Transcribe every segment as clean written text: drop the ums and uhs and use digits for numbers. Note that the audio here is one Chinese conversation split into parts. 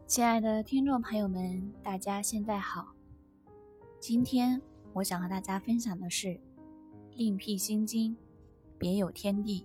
亲爱的听众朋友们，大家现在好。今天我想和大家分享的是另辟蹊径，别有天地。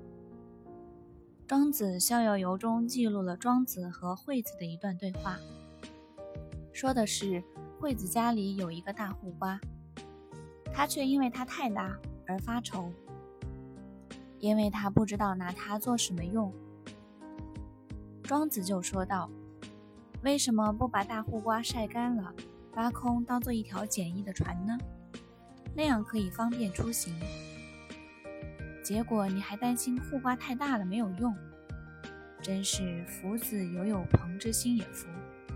庄子逍遥游中记录了庄子和惠子的一段对话，说的是惠子家里有一个大护瓜，他却因为它太大而发愁，因为他不知道拿它做什么用。庄子就说道，为什么不把大护瓜晒干了，挖空当做一条简易的船呢？那样可以方便出行。结果你还担心护瓜太大了没有用，真是夫子犹朋之心也夫。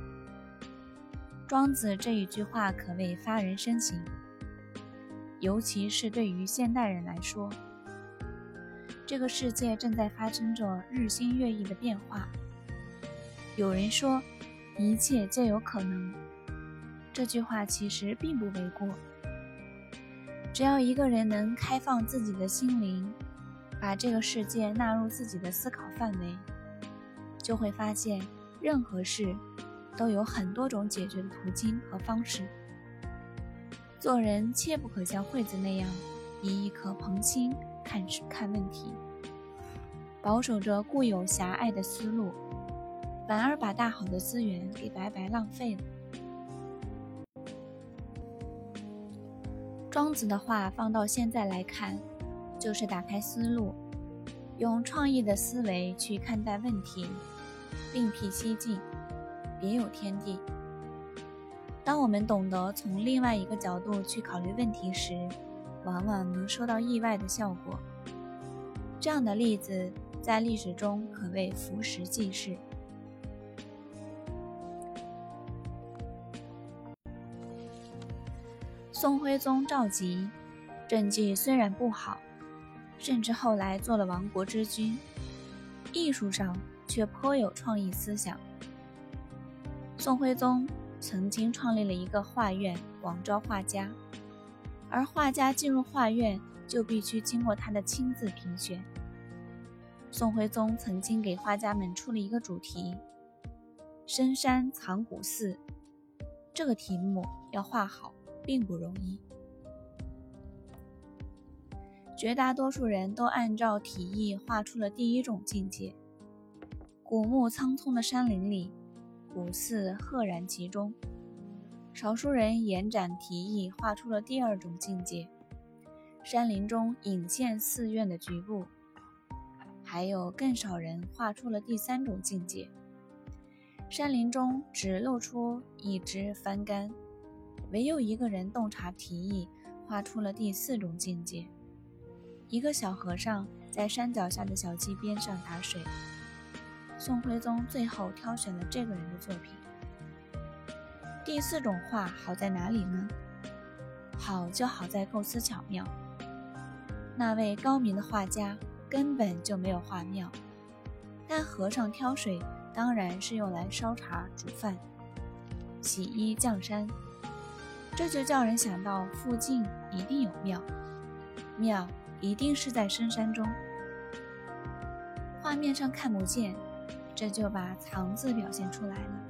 庄子这一句话可谓发人深省，尤其是对于现代人来说，这个世界正在发生着日新月异的变化。有人说一切皆有可能，这句话其实并不为过。只要一个人能开放自己的心灵，把这个世界纳入自己的思考范围，就会发现任何事都有很多种解决的途径和方式。做人切不可像惠子那样以一颗朋心看问题，保守着固有狭隘的思路，反而把大好的资源给白白浪费了。庄子的话放到现在来看，就是打开思路，用创意的思维去看待问题，另辟蹊径，别有天地。当我们懂得从另外一个角度去考虑问题时，往往能收到意外的效果。这样的例子在历史中可谓浮石记事。宋徽宗赵佶政绩虽然不好，甚至后来做了亡国之君，艺术上却颇有创意思想。宋徽宗曾经创立了一个画院，广招画家，而画家进入画院就必须经过他的亲自评选。宋徽宗曾经给画家们出了一个主题，深山藏古寺，这个题目要画好并不容易。绝大多数人都按照题意画出了第一种境界，古木苍葱的山林里，古寺赫然其中。少数人延展题意画出了第二种境界，山林中隐现寺院的局部。还有更少人画出了第三种境界，山林中只露出一枝帆杆。唯有一个人洞察题意，画出了第四种境界，一个小和尚在山脚下的小溪边上打水。宋徽宗最后挑选了这个人的作品。第四种画好在哪里呢？好就好在构思巧妙。那位高明的画家根本就没有画妙，但和尚挑水当然是用来烧茶煮饭、洗衣降山，这就叫人想到附近一定有庙，庙一定是在深山中，画面上看不见，这就把藏字表现出来了。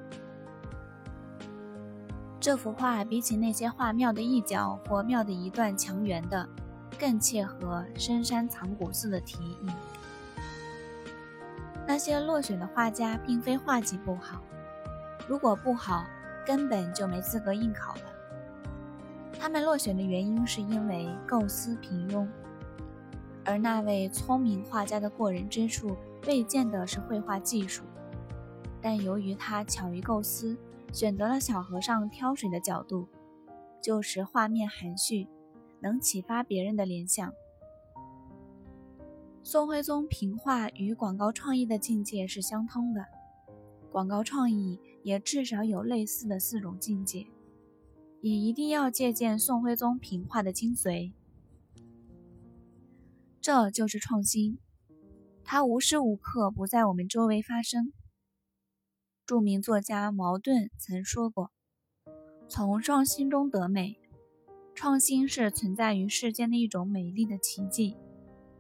这幅画比起那些画庙的一角或庙的一段墙垣的，更切合深山藏古寺的题意。那些落选的画家并非画技不好，如果不好，根本就没资格应考了。他们落选的原因是因为构思平庸，而那位聪明画家的过人之处未见得是绘画技术，但由于他巧于构思，选择了小和尚挑水的角度，就使画面含蓄，能启发别人的联想。宋徽宗评画与广告创意的境界是相通的，广告创意也至少有类似的四种境界，也一定要借鉴宋徽宗评画的精髓。这就是创新，它无时无刻不在我们周围发生。著名作家茅盾曾说过，从创新中得美，创新是存在于世间的一种美丽的奇迹，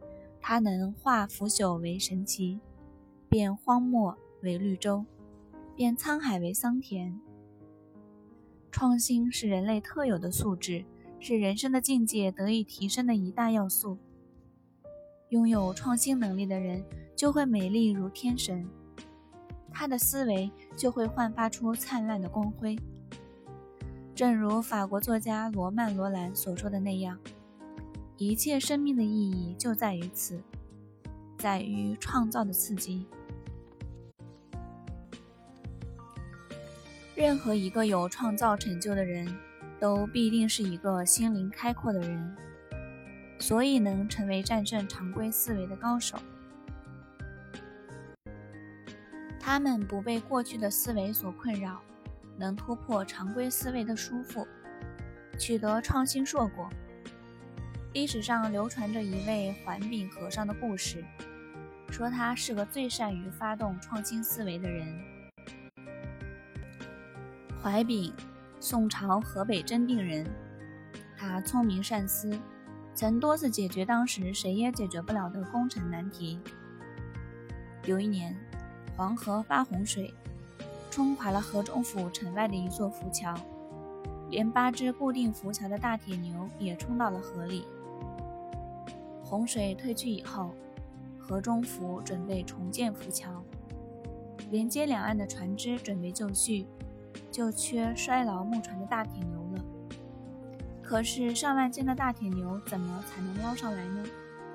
它能化腐朽为神奇，变荒漠为绿洲。 便沧海为桑田。创新是人类特有的素质，是人生的境界得以提升的一大要素。拥有创新能力的人就会美丽如天神，他的思维就会焕发出灿烂的光辉。正如法国作家罗曼·罗兰所说的那样，一切生命的意义就在于此，在于创造的刺激。任何一个有创造成就的人，都必定是一个心灵开阔的人，所以能成为战胜常规思维的高手。他们不被过去的思维所困扰，能突破常规思维的束缚，取得创新硕果。历史上流传着一位桓炳和尚的故事，说他是个最善于发动创新思维的人。桓炳，宋朝河北真定人，他聪明善思，曾多次解决当时谁也解决不了的工程难题。有一年，黄河发洪水，冲垮了河中府城外的一座浮桥，连8只固定浮桥的大铁牛也冲到了河里。洪水退去以后，河中府准备重建浮桥，连接两岸的船只准备就绪，就缺摔牢木船的大铁牛了。可是上万斤的大铁牛怎么才能捞上来呢？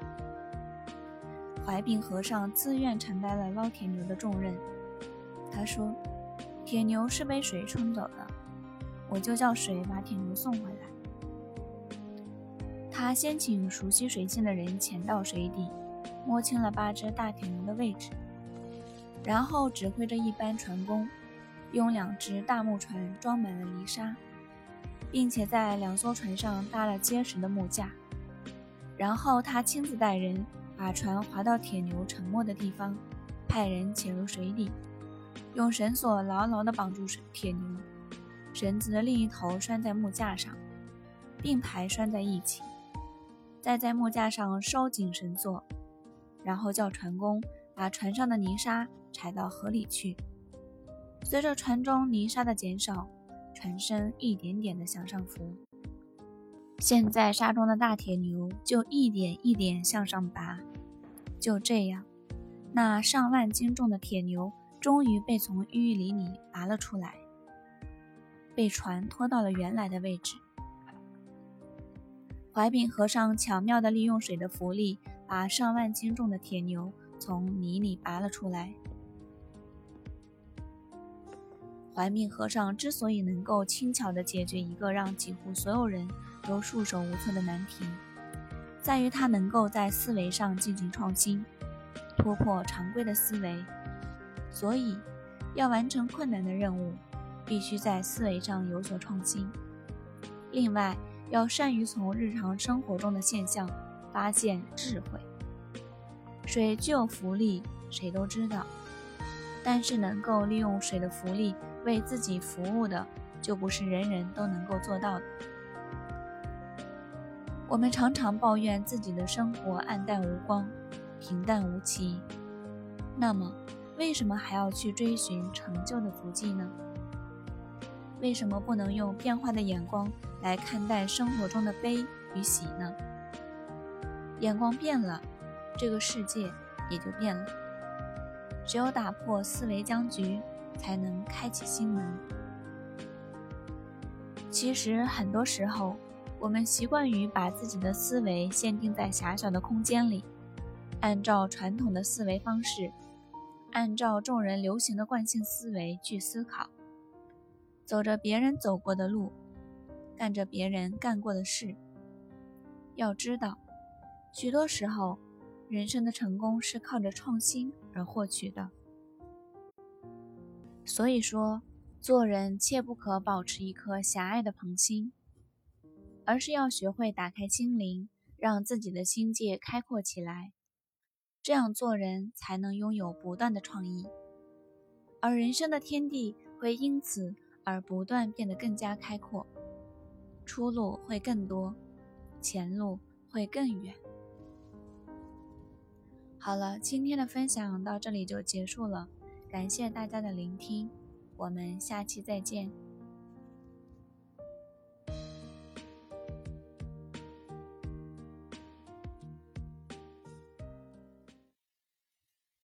怀秉和尚自愿承担了捞铁牛的重任。他说，铁牛是被水冲走的，我就叫水把铁牛送回来。他先请熟悉水性的人潜到水底，摸清了8只大铁牛的位置，然后指挥着一班船工，用2只大木船装满了泥沙，并且在2艘船上搭了结实的木架，然后他亲自带人把船划到铁牛沉没的地方，派人潜入水底，用绳索牢牢地绑住铁牛，绳子的另一头拴在木架上，并排拴在一起，再在木架上收紧绳索，然后叫船工把船上的泥沙踩到河里去。随着船中泥沙的减少，船身一点点地向上浮，陷在沙中的大铁牛就一点一点向上拔。就这样，那上万斤重的铁牛终于被从淤泥里拔了出来，被船拖到了原来的位置。怀秉和尚巧妙地利用水的浮力，把上万斤重的铁牛从泥里拔了出来。怀秉和尚之所以能够轻巧地解决一个让几乎所有人都束手无策的难题，在于他能够在思维上进行创新，突破常规的思维。所以，要完成困难的任务，必须在思维上有所创新。另外，要善于从日常生活中的现象发现智慧。水具有浮力，谁都知道，但是能够利用水的浮力为自己服务的，就不是人人都能够做到的。我们常常抱怨自己的生活暗淡无光，平淡无奇，那么为什么还要去追寻成就的足迹呢？为什么不能用变化的眼光来看待生活中的悲与喜呢？眼光变了，这个世界也就变了。只有打破思维僵局，才能开启新门。其实很多时候，我们习惯于把自己的思维限定在狭小的空间里，按照传统的思维方式，按照众人流行的惯性思维去思考，走着别人走过的路，干着别人干过的事。要知道，许多时候，人生的成功是靠着创新而获取的。所以说，做人切不可保持一颗狭隘的旁心，而是要学会打开心灵，让自己的心界开阔起来。这样做人才能拥有不断的创意，而人生的天地会因此而不断变得更加开阔，出路会更多，前路会更远。好了，今天的分享到这里就结束了，感谢大家的聆听， 我们下期再见。